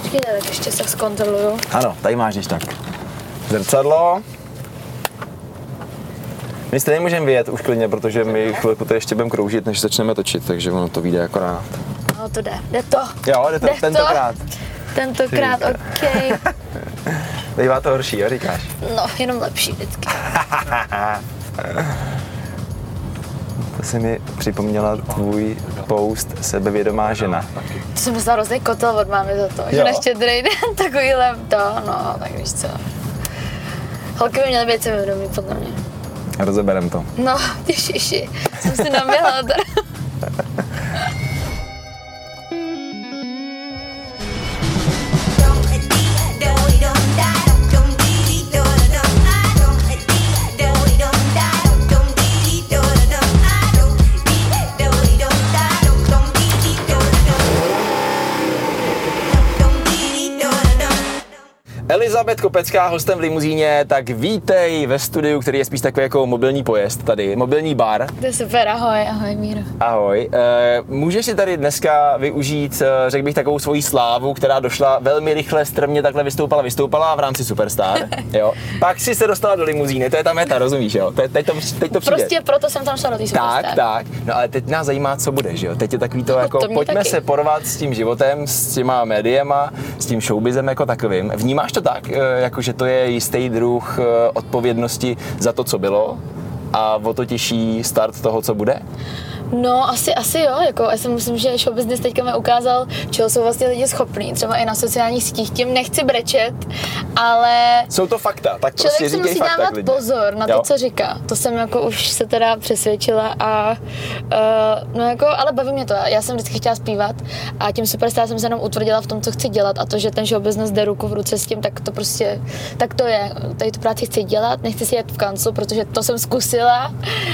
Počkejte, tak ještě se zkontroluju. Ano, tady máš když tak. Zrcadlo. My stejně můžeme vyjet už klidně, protože my chvilku tady ještě budeme kroužit, než začneme točit, takže ono to vyjde akorát. No to jde to. Jo, jde to tentokrát. Tentokrát, okej. Bývá to horší, jo, říkáš? No, jenom lepší vždycky. To si mi připomněla tvůj post Sebevědomá žena. To jsem dostala hrozný kotel od mámy za to, že na Štědrý den takovýhle no, tak víš co. Holky by měly být sebevědomí, podle mě. Rozeberem to. No, ježiši, jsem si naběhla. Elizabeth Kopecká hostem v limuzíně, tak vítej ve studiu, který je spíš takový jako mobilní pojezd tady, mobilní bar. To je super, ahoj Míro. Ahoj, můžeš si tady dneska využít, řekl bych, takovou svoji slávu, která došla velmi rychle, strmě takhle vystoupala v rámci Superstar, jo. Pak si se dostala do limuzíny, to je ta meta, rozumíš, jo, teď to přijde. Prostě proto jsem tam šla do té Superstar. Tak, no ale teď nás zajímá, co bude, že jo, teď je takový to jako, pojďme taky se porvat s tím životem, s těma médiema, s tím showbizem jako takovým. Vnímáš to tak, jako že to je jistý druh odpovědnosti za to, co bylo a o to těžší start toho, co bude? No, asi jo, jako já si myslím, že show business teďka mi ukázal, čeho jsou vlastně lidi schopní, třeba i na sociálních sítích, tím nechci brečet, ale... Jsou to fakta, tak prostě říkej fakta. Člověk si musí dávat pozor na to, co říká, to jsem jako už se teda přesvědčila a no jako, ale baví mě to, já jsem vždycky chtěla zpívat a tím Superstar jsem se jenom utvrdila v tom, co chci dělat a to, že ten show business jde ruku v ruce s tím, tak to prostě, tak to je, tady tu práci chci dělat, nechci si jet v kanclu, protože to jsem zkusila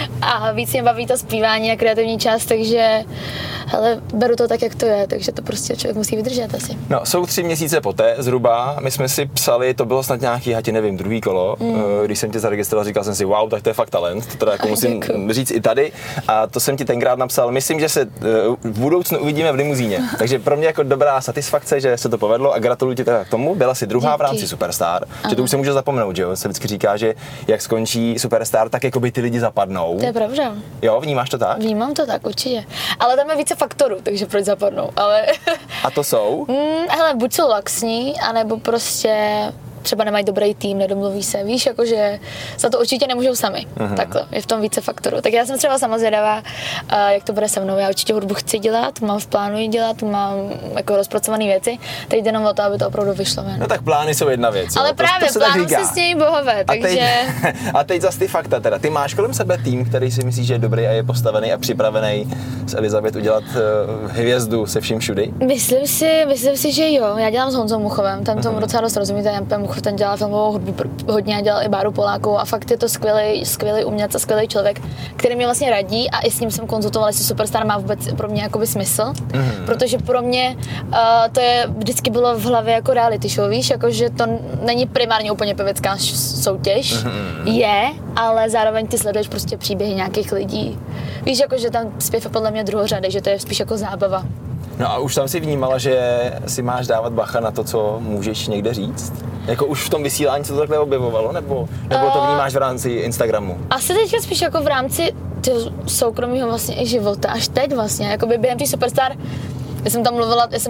a víc mě baví to zpívání a kreativní část, takže hele, beru to tak, jak to je, takže to prostě člověk musí vydržet asi. No, jsou 3 měsíce poté zhruba, my jsme si psali, to bylo snad nějaký, já ti nevím, druhý kolo, když jsem tě zaregistroval, říkal jsem si, wow, tak to je fakt talent, to teda jako musím říct i tady a to jsem ti tenkrát napsal, myslím, že se v budoucnu uvidíme v limuzíně, takže pro mě jako dobrá satisfakce, že se to povedlo a gratuluji ti teda k tomu, byla si druhá v rámci Superstar, že to už se může zapomenout, že jo, se vždycky říká, že jak skončí Superstar, tak jako by ty lidi zapadnou. To je pravda. Jo, vnímáš to tak? Vnímám to tak, určitě. Ale tam je více faktorů, takže proč zapadnou, ale... A to jsou? Hele, buď jsou laxní, anebo prostě třeba nemají dobrý tým, nedomluví se, víš, jakože za to určitě nemůžou sami, takhle, je v tom více faktorů. Tak já jsem třeba sama zvědavá, jak to bude se mnou, já určitě hudbu chci dělat, mám v plánu ji dělat, mám jako rozpracované věci, teď jde jenom o to, aby to opravdu vyšlo ven. No tak plány jsou jedna věc. Ale právě, plánu se snějí bohové, takže... A teď zase ty fakta teda, ty máš kolem sebe tým, který si myslíš, že je dobrý a je postavený a připravený s Elizabeth udělat hvězdu se vším všudy? Myslím si, že jo, já dělám s Honzou Muchovem, ten tomu docela dost rozumí, ten dělá filmovou hudbu hodně a dělal i Báru Polákovou a fakt je to skvělý umělec a skvělý člověk, který mě vlastně radí a i s ním jsem konzultovala, jestli Superstar má vůbec pro mě jakoby smysl, protože pro mě to je vždycky bylo v hlavě jako reality show, víš, jakože to není primárně úplně pěvecká soutěž, je, ale zároveň ty sleduješ prostě příběhy nějakých lidí, víš, jakože tam zpěv je podle mě druhořadý, že to je spíš jako zábava. No a už tam si vnímala, že si máš dávat bacha na to, co můžeš někde říct? Jako už v tom vysílání se to takhle objevovalo, nebo to vnímáš v rámci Instagramu? Asi teďka spíš jako v rámci soukromého vlastně i života, až teď vlastně, jako by během té Superstar. Já jsem tam mluvila, já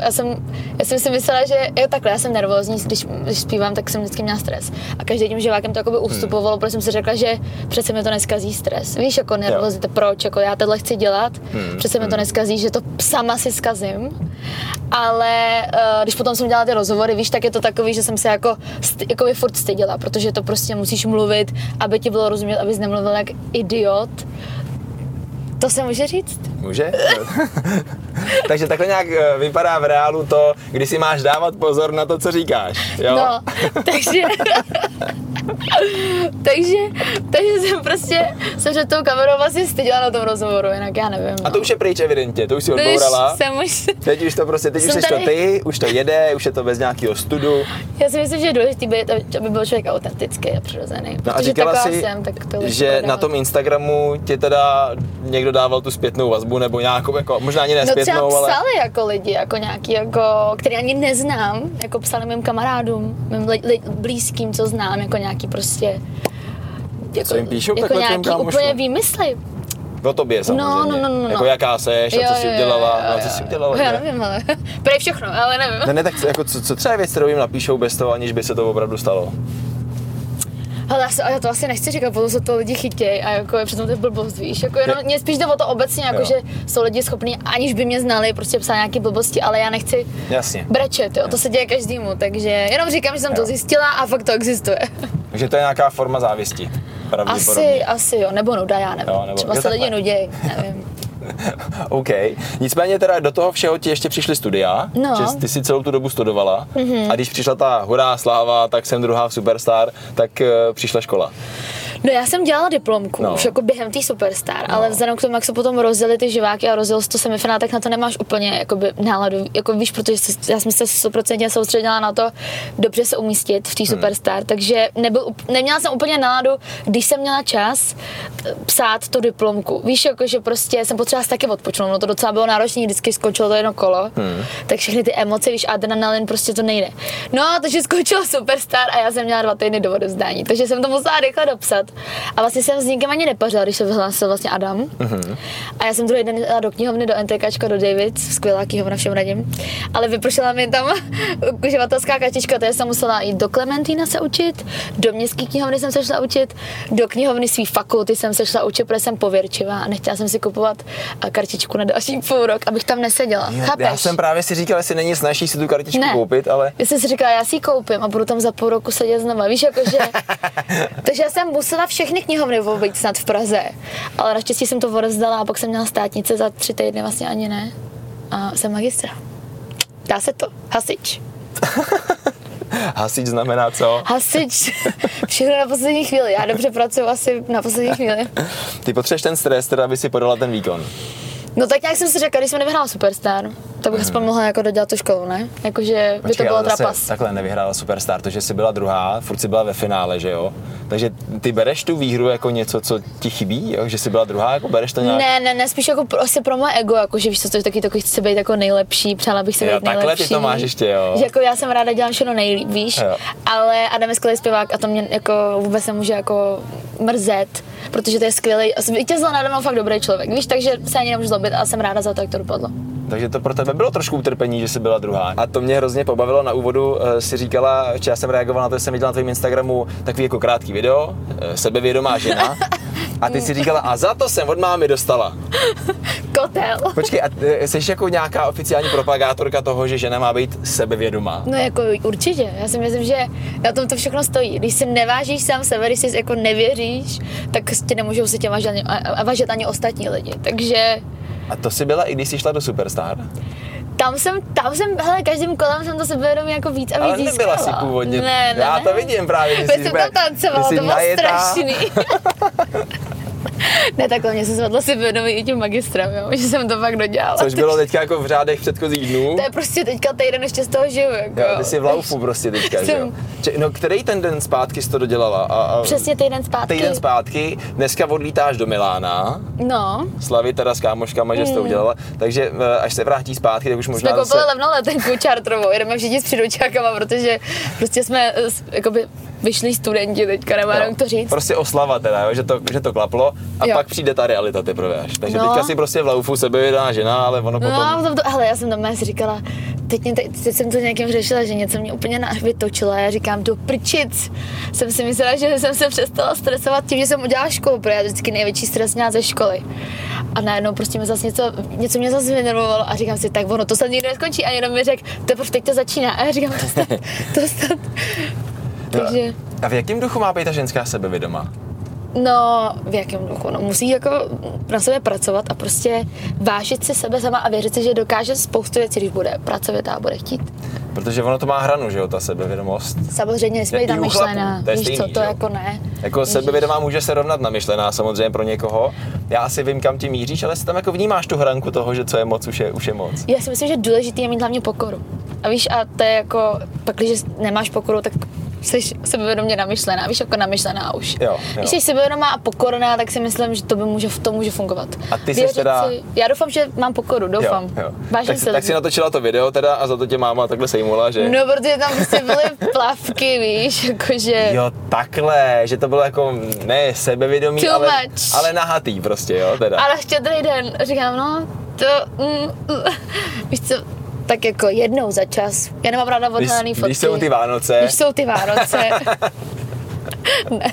jsem si myslela, že jo takhle, já jsem nervózní, když zpívám, tak jsem vždycky měla stres. A každým tím živákem to jakoby ustupovalo, protože jsem si řekla, že přece mi to neskazí stres. Víš, jako nervozita, proč, jako já tohle chci dělat, přece mi to neskazí, že to sama si zkazím. Ale když potom jsem dělala ty rozhovory, víš, tak je to takový, že jsem se jako furt styděla, protože to prostě musíš mluvit, aby ti bylo rozumět, abys nemluvil jak idiot. To se může říct? Může? Takže takhle nějak vypadá v reálu to, kdy si máš dávat pozor na to, co říkáš, jo? No, takže... takže jsem před tou kamerou vlastně styděla na tom rozhovoru, jinak já nevím. A to už je pryč evidentně, to už si odbourala. Teď už to prostě, teď už jsi to ty, už to jede, už je to bez nějakého studu. Já si myslím, že je důležitý být, aby byl člověk autentický a přirozený. No a říkala si, že na tom Instagramu tě teda někdo dával tu zpětnou vazbu, nebo nějakou, jako, možná ani ne zpětnou, ale... No třeba psali jako lidi, jako nějaký, jako, který ani neznám, jako psali mým kamarádům, mým blízkým, co znám, jako nějaký prostě... Jako, co jim píšou jako takhle nějaký úplně výmysly. O tobě samozřejmě. No. Jako jaká seš a co jsi udělala, co jsi udělala. Já nevím, ale prej všechno, ale nevím. Ne, tak jako co třeba věc, kterou jim napíšou bez toho, aniž by se to opravdu stalo? Ale já to asi nechci říkat, potom se to lidi chytějí a jako je přitom to je blbost, víš, jako jenom mě spíš jde o to obecně, jako že jsou lidi schopní, aniž by mě znali, prostě psát nějaké blbosti, ale já nechci brečet, jo, to se děje každému, takže jenom říkám, že jsem to zjistila a fakt to existuje. Takže to je nějaká forma závisti, pravděpodobně. Asi jo, nebo nuda, já nevím, třeba se lidi nudějí, nevím. OK. Nicméně teda do toho všeho ti ještě přišly studia, že ty si celou tu dobu studovala a když přišla ta hurá sláva, tak jsem druhá v Superstar, tak přišla škola. No já jsem dělala diplomku, už jako během té Superstar, ale vzhledem k tomu, jak se potom rozjeli ty živáky a rozjel se to semifinál, tak na to nemáš úplně jakoby náladu, jako víš, protože já jsem se 100% soustředila na to dobře se umístit v té Superstar, takže neměla jsem úplně náladu, když jsem měla čas psát tu diplomku. Víš, jako, že prostě jsem potřebovala se taky odpočnout, no to docela bylo náročné, vždycky skončilo to jedno kolo, tak všechny ty emoce, víš, adrenalin, prostě to nejde. No, takže skončila Superstar a já jsem měla 2 týdny do odevzdání, takže jsem to musela rychle dopsat. A vlastně jsem s nikým ani nepařila, když se vyhlásil vlastně Adam. A já jsem druhý den jela do knihovny, do NTKčka, do Davids, skvělá knihovna, všem radím. Ale vypršela mi tam uživatelská kartička, takže jsem musela jít do Klementína se učit, do městské knihovny jsem se šla učit, do knihovny svý fakulty jsem se šla učit, protože jsem pověrčivá a nechtěla jsem si kupovat kartičku na další půl rok, abych tam neseděla. Chápeš? Já jsem právě si říkal, jestli není snažší si tu kartičku koupit, ale... Já jsem si říkala, já si ji koupím a budu tam za půl roku sedět znova, víš, jakože... Takže já jsem musela všechny knihovny obejít snad v Praze, ale naštěstí jsem to odevzdala a pak jsem měla státnice za 3 týdny, vlastně ani ne. A jsem magistra. Dá se to. Hasič. Hasič znamená co? Hasič. Všechno na poslední chvíli. Já dobře pracuji asi na poslední chvíli. Ty potřebuješ ten stres, teda, aby si podala ten výkon. No tak nějak jsem si řekla, když jsem nevyhrála Superstar, tak bych aspoň mohla jako dodělat tu školu, ne? Jakože by to bylo trapas. Takhle nevyhrála Superstar, to, že jsi byla druhá, furt jsi byla ve finále, že jo? Takže ty bereš tu výhru jako něco, co ti chybí, jo? Že jsi byla druhá, jako bereš to nějak? Ne, spíš jako asi pro moje ego, jako že víš co, to je taky chci být jako nejlepší, přála bych si být nejlepší. Takhle ty to máš ještě, jo? Že jako já jsem ráda dělám všechno nejlíp, víš? Jo. Ale Adam je skvělý zpěvák a to mě jako vůbec nemůže jako mrzet, protože to je skvělý, vítězil na Adam fakt dobrý člověk, víš, takže se ani nemůžu zlobit a jsem ráda za to, jak to dopadlo. Takže to pro tebe bylo trošku utrpení, že jsi byla druhá. A to mě hrozně pobavilo. Na úvodu si říkala, že já jsem reagoval na to, že jsem viděla na tvém Instagramu takový jako krátký video, sebevědomá žena. A ty si říkala, a za to jsem od mámy dostala. Kotel. Počkej, a jsi jako nějaká oficiální propagátorka toho, že žena má být sebevědomá? No jako určitě. Já si myslím, že na tom to všechno stojí. Když si nevážíš sám sebe, když si jako nevěříš, tak tě nemůžou se tě vážit ani ostatní lidi. Takže... A to jsi byla i když jsi šla do Superstar? Tam jsem, hele, každým kolem jsem to sebevědomí jako víc a víc získala. Ale nebyla si původně. Ne. Já to vidím právě, že jsi tam tancovala, to bylo strašný. Ne, takhle mě se zvedla si vědomí i tím magistrem, jo, že jsem to fakt dodělala. Což bylo teďka jako v řádech předchozích dnů. To je prostě teďka týden ještě z toho žiju, jako. Jo, ty jsi v laufu prostě teďka, že jo. No, který ten den zpátky jsi to dodělala? Přesně týden zpátky. Týden zpátky, dneska odlítáš do Milána. No. Slavit teda s kámoškama, že jsi to udělala, takže až se vrátí zpátky, tak už možná jsme koupili levnou letenku čártrovou, jedeme všichni s příručákama, protože prostě jsme jakoby vyšli studenti teďka, nemám to říct. Prostě oslava teda, jo, že to klaplo a pak přijde ta realita teprve až. Takže teďka si prostě v laufu sebevědomá žena, ale ono potom... hele, já jsem tam si říkala, teď jsem to nějakým řešila, že něco mě úplně vytočilo a já říkám, do prčic. Jsem si myslela, že jsem se přestala stresovat tím, že jsem udělala školu, protože já vždycky největší stres měla ze školy. A najednou prostě mě zase něco mě zase vynervovalo a říkám si, tak ono to se nikdy neskončí a jenom mi řekl, teprve teď to začíná a já říkám, to snad. Takže... A v jakém duchu má být ta ženská sebevědomá? No, v jakém duchu? No, musí jako na sebe pracovat a prostě vážit si sebe sama a věřit si, že dokáže spoustu věcí, když bude pracovat a bude chtít. Protože ono to má hranu, že jo, ta sebevědomost. Samozřejmě nesmí být namyšlená, víš co, to jako ne. Jako sebevědomá může se rovnat namyšlená samozřejmě pro někoho. Já asi vím, kam ti míříš, ale si tam jako vnímáš tu hranku toho, že co je moc, už je moc. Já si myslím, že důležitý je mít hlavně pokoru. A víš, a to je jako, pak když nemáš pokoru, tak jsi sebevědomě namyšlená, víš, jako namyšlená už. Jo. Když jsi sebevědomá a pokorná, tak si myslím, že to může fungovat. A ty jsi teda... Já doufám, že mám pokoru, doufám. Jo. Tak si natočila to video teda a za to tě máma takhle sejmula, že... No, protože tam prostě byly plavky, víš, jakože... Jo, takhle, že to bylo jako, ne sebevědomí, ale nahatý prostě, jo, teda. Ale štědrý den, říkám, no, to... víš co, tak jako jednou za čas. Já nemám ráda odhalený fotky. Když jsou ty Vánoce. Ne.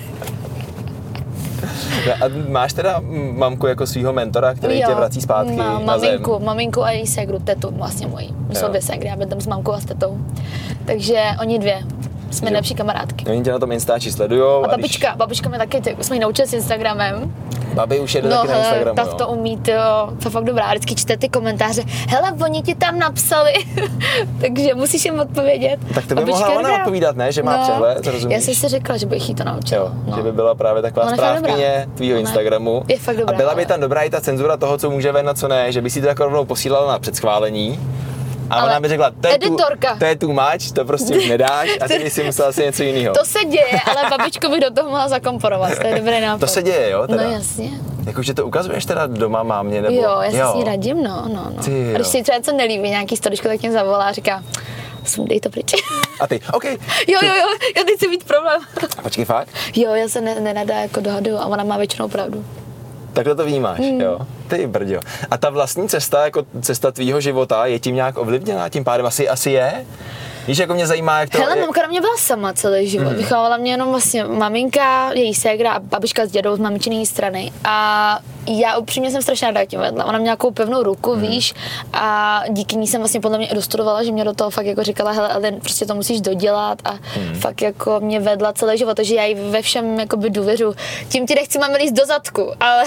A máš teda mamku jako svýho mentora, který tě vrací zpátky na zem? Maminku a její ségru, tetu vlastně mojí. My jsou 2 ségry, já bydlím s mamkou a s tetou. Takže oni 2. Jsme nejlepší kamarádky. Oni tě na tom Instači sledujou. A babička mě taky, jsme ji naučili s Instagramem. Babi už jede taky na Instagramu, tak to umí, to fakt dobrá, vždycky čte ty komentáře. Hele, oni ti tam napsali, takže musíš jim odpovědět. Tak to by mohla ona odpovídat, ne? Že má přehled, rozumíš? Já jsem si řekla, že bych jí to naučila. Jo, že by byla právě taková správkyně tvýho Instagramu. Je fakt dobrá. A byla by tam dobrá i ta cenzura toho, co může ven a co ne, že by si to jako rovnou posílala na předschválení. A ona by řekla, to je too much, to prostě už nedáš a ty by si musela asi něco jiného. To se děje, ale babičku bych do toho mohla zakomponovat, to je dobrý nápad. To se děje, jo? Teda? No jasně. Jakože to ukazuješ teda doma mámě, nebo? Jo, já si s ní radím, no. A když si třeba něco nelíbí, nějaký storičko, tak mě zavolá a říká, sundej to pryč. A ty, OK. Jo, já teď chci mít problém. Počkej, fakt? Jo, já se nenadá jako dohaduju a ona má většinou pravdu. Takhle to vnímáš, jo. Ty brďo. A ta vlastní cesta, jako cesta tvýho života, je tím nějak ovlivněná? Tím pádem asi je? Víš, jako mě zajímá, jak to... Hele, mamka na mě byla sama celý život. Vychovala mě jenom vlastně maminka, její ségra a babička s dědou z mamičiné strany. A já upřímně jsem strašně ráda tím vedla. Ona měla nějakou pevnou ruku, víš, a díky ní jsem vlastně podle mě dostudovala, že mě do toho fakt jako říkala, hele, ale prostě to musíš dodělat a fakt jako mě vedla celý život, takže já jí ve všem jakoby důvěřu. Tím ti nechci mami líst do zadku, ale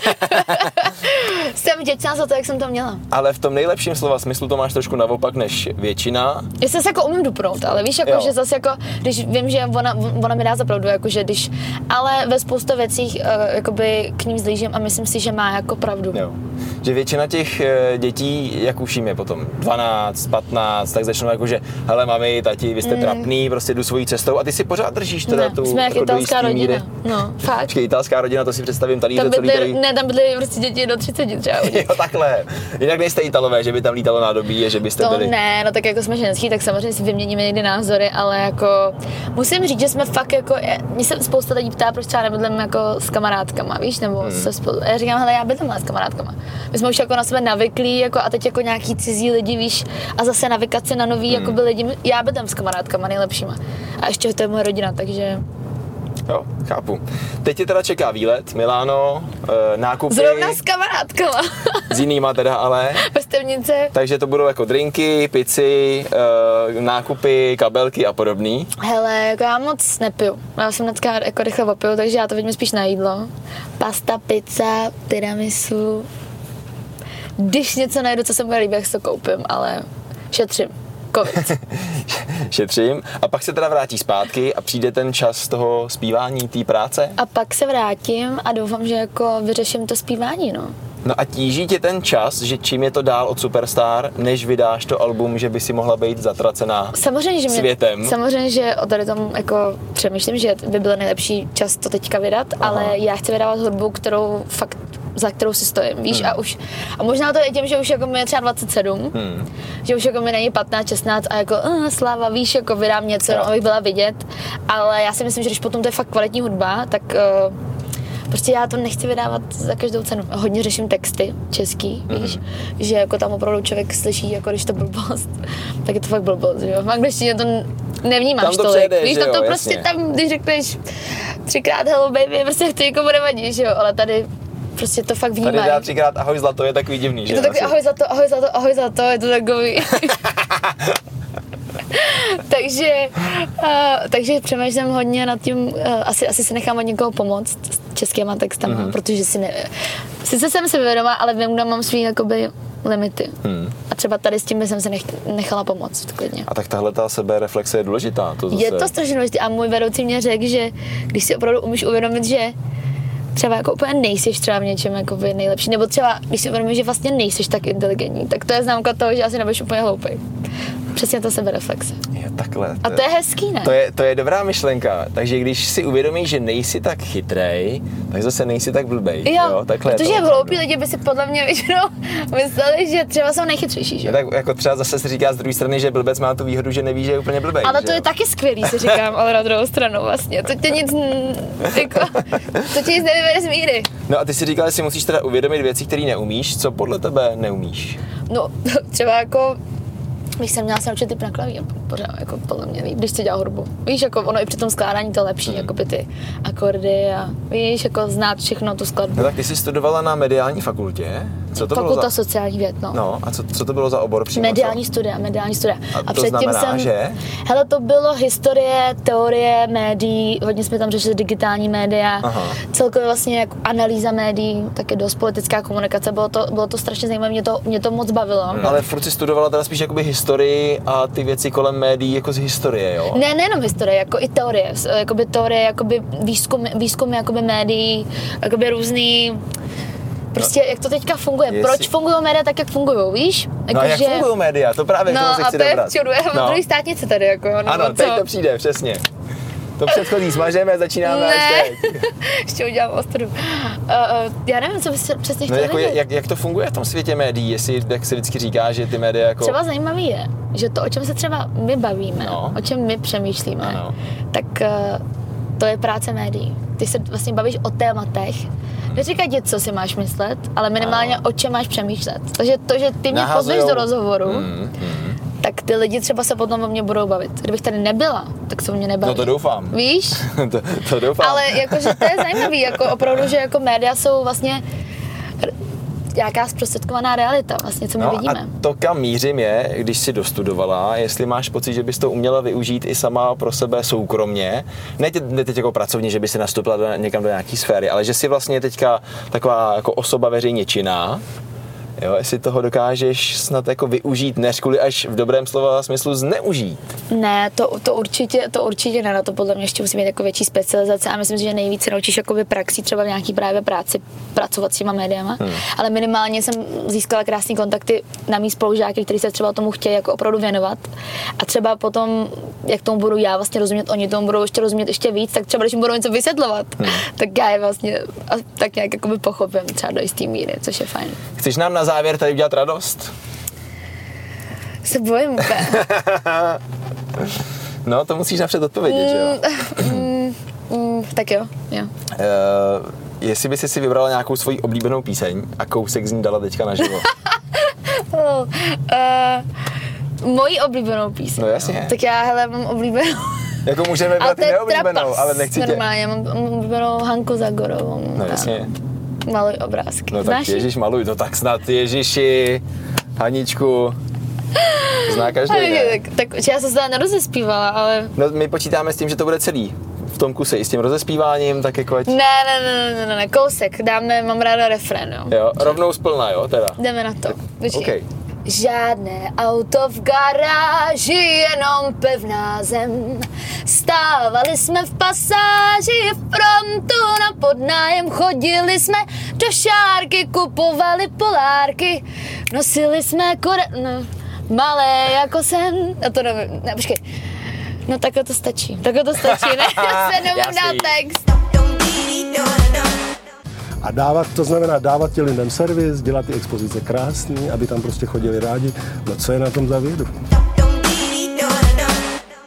jsem vděčná za to, jak jsem to měla. Ale v tom nejlepším slova smyslu to máš trošku naopak než většina. Já se jako umím dupnout, ale víš, jako, že zase jako, když vím, že ona mi dá za pravdu, jakože když, ale ve spoustu věcích jakoby k ním zlížím a myslím si, že má jako pravdu. Jo. Že většina těch dětí, jak už jim je potom 12, 15, tak začnou jako, že hele mami, tati, vy jste trapný, prostě jdu svojí cestou a ty si pořád držíš teda tu jsme jak italská rodina. No, fakt. Počkej, italská rodina, to si představím talíře, co lítají. Ne, tam byly prostě děti do 30 třeba. Jo, takhle. Jinak nejste Italové, že by tam lítalo nádobí, že byste byli. To ne, no tak jako jsme ženský, tak samozřejmě si vyměníme někdy názory, ale jako musím říct, že jsme fakt jako, mě se spousta lidí ptá, proč třeba nebydlím jako s kamarádkama, víš, nebo se spolu. Já říkám, hele, já bydlím s kamarádkama. My jsme už jako na sebe navyklí, jako a teď jako nějaký cizí lidi, víš, a zase navykat se na nový jako by lidi. Já bydlím s kamarádkama nejlepšíma. A ještě to je moje rodina, takže jo, chápu. Teď tě teda čeká výlet, Miláno, nákupy. Zrovna s kamarádkama. S jinýma teda, ale. Vrstevnice. Takže to budou jako drinky, pici, nákupy, kabelky a podobný. Hele, jako já moc nepiju. Já jsem dneska jako rychle opiju, takže já to vidím spíš na jídlo. Pasta, pizza, tiramisu. Když něco najdu, co se mi líbí, jak si to koupím, ale šetřím. Šetřím. A pak se teda vrátí zpátky a přijde ten čas toho zpívání, té práce? A pak se vrátím a doufám, že jako vyřeším to zpívání, no. No a tíží tě ten čas, že čím je to dál od Superstar, než vydáš to album, že by si mohla být zatracená světem? Samozřejmě, že o tady tom jako přemýšlím, že by byl nejlepší čas to teďka vydat, ale já chci vydávat hudbu, kterou fakt za kterou si stojím, víš, a možná to je tím, že už jako mi je třeba 27, že už jako mi není 15, 16 a jako sláva, víš, jako vydám něco, no, abych byla vidět, ale já si myslím, že když potom to je fakt kvalitní hudba, tak prostě já to nechci vydávat za každou cenu. Hodně řeším texty český, víš, že jako tam opravdu člověk slyší, jako když to blbost, tak je to fakt blbost, že jo. V angličtině to nevnímáš to tolik, přejde, víš, tam to prostě tam, když řekneš 3krát hello baby, prostě to jako nevadí, že jo, ale tady prostě to fakt vnímají. Tady dá 3krát ahoj zlato je takový divný, že? Je to takový ahoj zlato, je to takový. takže přemýšlím hodně nad tím, asi si nechám od někoho pomoct s českýma textama, protože sice jsem si vědomá, ale vím, kde mám svý jakoby limity. A třeba tady s tím bych se nechala pomoct klidně. A tak tahle ta sebereflexe je důležitá. Je to strašně důležité a můj vedoucí mě řekl, že když si opravdu umíš uvědomit, že třeba jako úplně nejsiš třeba v něčem jako nejlepší, nebo třeba když si uvědomíš, že vlastně nejsiš tak inteligentní, tak to je známka toho, že asi nebudeš úplně hloupej. Přesně to sebereflexe. Je takhle. A to je hezký, ne? To je dobrá myšlenka. Takže když si uvědomíš, že nejsi tak chytrej, tak zase nejsi tak blbej. Jo, takhle protože hloupí lidi by si podle mě většinou mysleli, že třeba jsou nejchytřejší, že? Tak jako třeba zase se říká z druhé strany, že blbec má tu výhodu, že neví, že je úplně blbej. Ale to je taky skvělý, si říkám, ale na druhou stranu vlastně. To tě nic nevyvede z míry. No a ty si říkala, že si musíš teda uvědomit věci, které neumíš. Co podle tebe neumíš? No, třeba jako bych se měla se naučit typ na klavír, pořád, jako podle mě, když si dělá hudbu. Víš, jako ono i při tom skládání to je lepší, jako by ty akordy a víš, jako znát všechno tu skladbu. No tak ty jsi studovala na mediální fakultě? Co to Fakulta sociálních věd, no. No a co to bylo za obor přímo? Mediální studia. A to znamená, že? Hele, to bylo historie, teorie médií, hodně jsme tam řešili digitální média, celkově vlastně jako analýza médií, taky dost politická komunikace, bylo to strašně zajímavé, mě to moc bavilo. Ale furt si studovala teda spíš jakoby historii a ty věci kolem médií jako z historie, jo? Ne, nejenom historie, jako i teorie, jakoby výzkumy jakoby médií, jakoby různý. Prostě jak to teďka funguje, proč fungují média tak, jak fungují, víš? Jako, jak fungují média, to právě k tomu se chci dobrat. No a to je v čudu, mám druhý státnice tady, jako. Ano, teď to přijde, přesně. To předchozí smažeme, začínáme až teď. Ještě udělám ostudu. Já nevím, co bys přesně chtěl jako jak to funguje v tom světě médií, jestli, jak se vždycky říká, že ty média jako... Třeba zajímavý je, že to, o čem se třeba my bavíme, o čem my přemýšlíme, tak to je práce médií. Ty se vlastně bavíš o tématech, neříkají ti, co si máš myslet, ale minimálně o čem máš přemýšlet. Takže to, že ty mě pozveš do rozhovoru, tak ty lidi třeba se potom o mě budou bavit. Kdybych tady nebyla, tak se o mě nebaví. No to doufám. Víš? to doufám. Ale jakože to je zajímavý, jako opravdu, že jako média jsou vlastně nějaká zprostředkovaná realita, vlastně, co my vidíme. A to, kam mířím, je, když jsi dostudovala, jestli máš pocit, že bys to uměla využít i sama pro sebe soukromně, ne teď jako pracovně, že by si nastoupila někam do nějaký sféry, ale že jsi vlastně teďka taková jako osoba veřejně činná, jo, jestli toho dokážeš snad jako využít, než kvůli až v dobrém slova smyslu zneužít. Ne, to určitě ne, na to podle mě ještě musí mít jako větší specializace a myslím si, že nejvíce naučíš jakoby praxí třeba v nějaký právě práci pracovat s těma médiama, ale minimálně jsem získala krásný kontakty na mý spolužáky, kteří se třeba tomu chtějí jako opravdu věnovat a třeba potom, jak tomu budu já vlastně rozumět, oni tomu budou ještě rozumět ještě víc, tak třeba když mi budou něco vysvětlovat, tak já je vlastně tak nějak jakoby pochopím třeba do jistý míry, což je fajn. Chceš nám na závěr tady udělat radost? Se bojím úplně. No, to musíš napřed odpovědět, že jo? Tak jo. Jestli by si vybrala nějakou svoji oblíbenou píseň a kousek z ní dala teďka naživo. Moji oblíbenou píseň. No jasně. Tak já, hele, mám oblíbenou. Jako můžeme vybrat i neoblíbenou, ale nechci tě... Normálně, mám oblíbenou Hanku Zagorovou. No jasně. Maluj obrázky. No tak ježiš, maluj to tak snad, ježiši, Haničku. Zná každý, ne? Tak já jsem se teda nerozespívala, ale... No my počítáme s tím, že to bude celý. V tom kuse i s tím rozespíváním, tak jako ať... Ne, kousek, mám ráda refrén, jo. Jo, rovnou splná, jo, teda. Jdeme na to. Okay. Žádné auto v garáži, jenom pevná zem. Stávali jsme v pasáži, frontu na podnájem, chodili jsme do šárky, kupovali polárky, nosili jsme malé jako sen. A to nevím, ne, počkej. No takhle to stačí, ne? Já se nemůžu dát text. A dávat, to znamená dávat těm lidem servis, dělat ty expozice krásný, aby tam prostě chodili rádi. No co je na tom za vědu?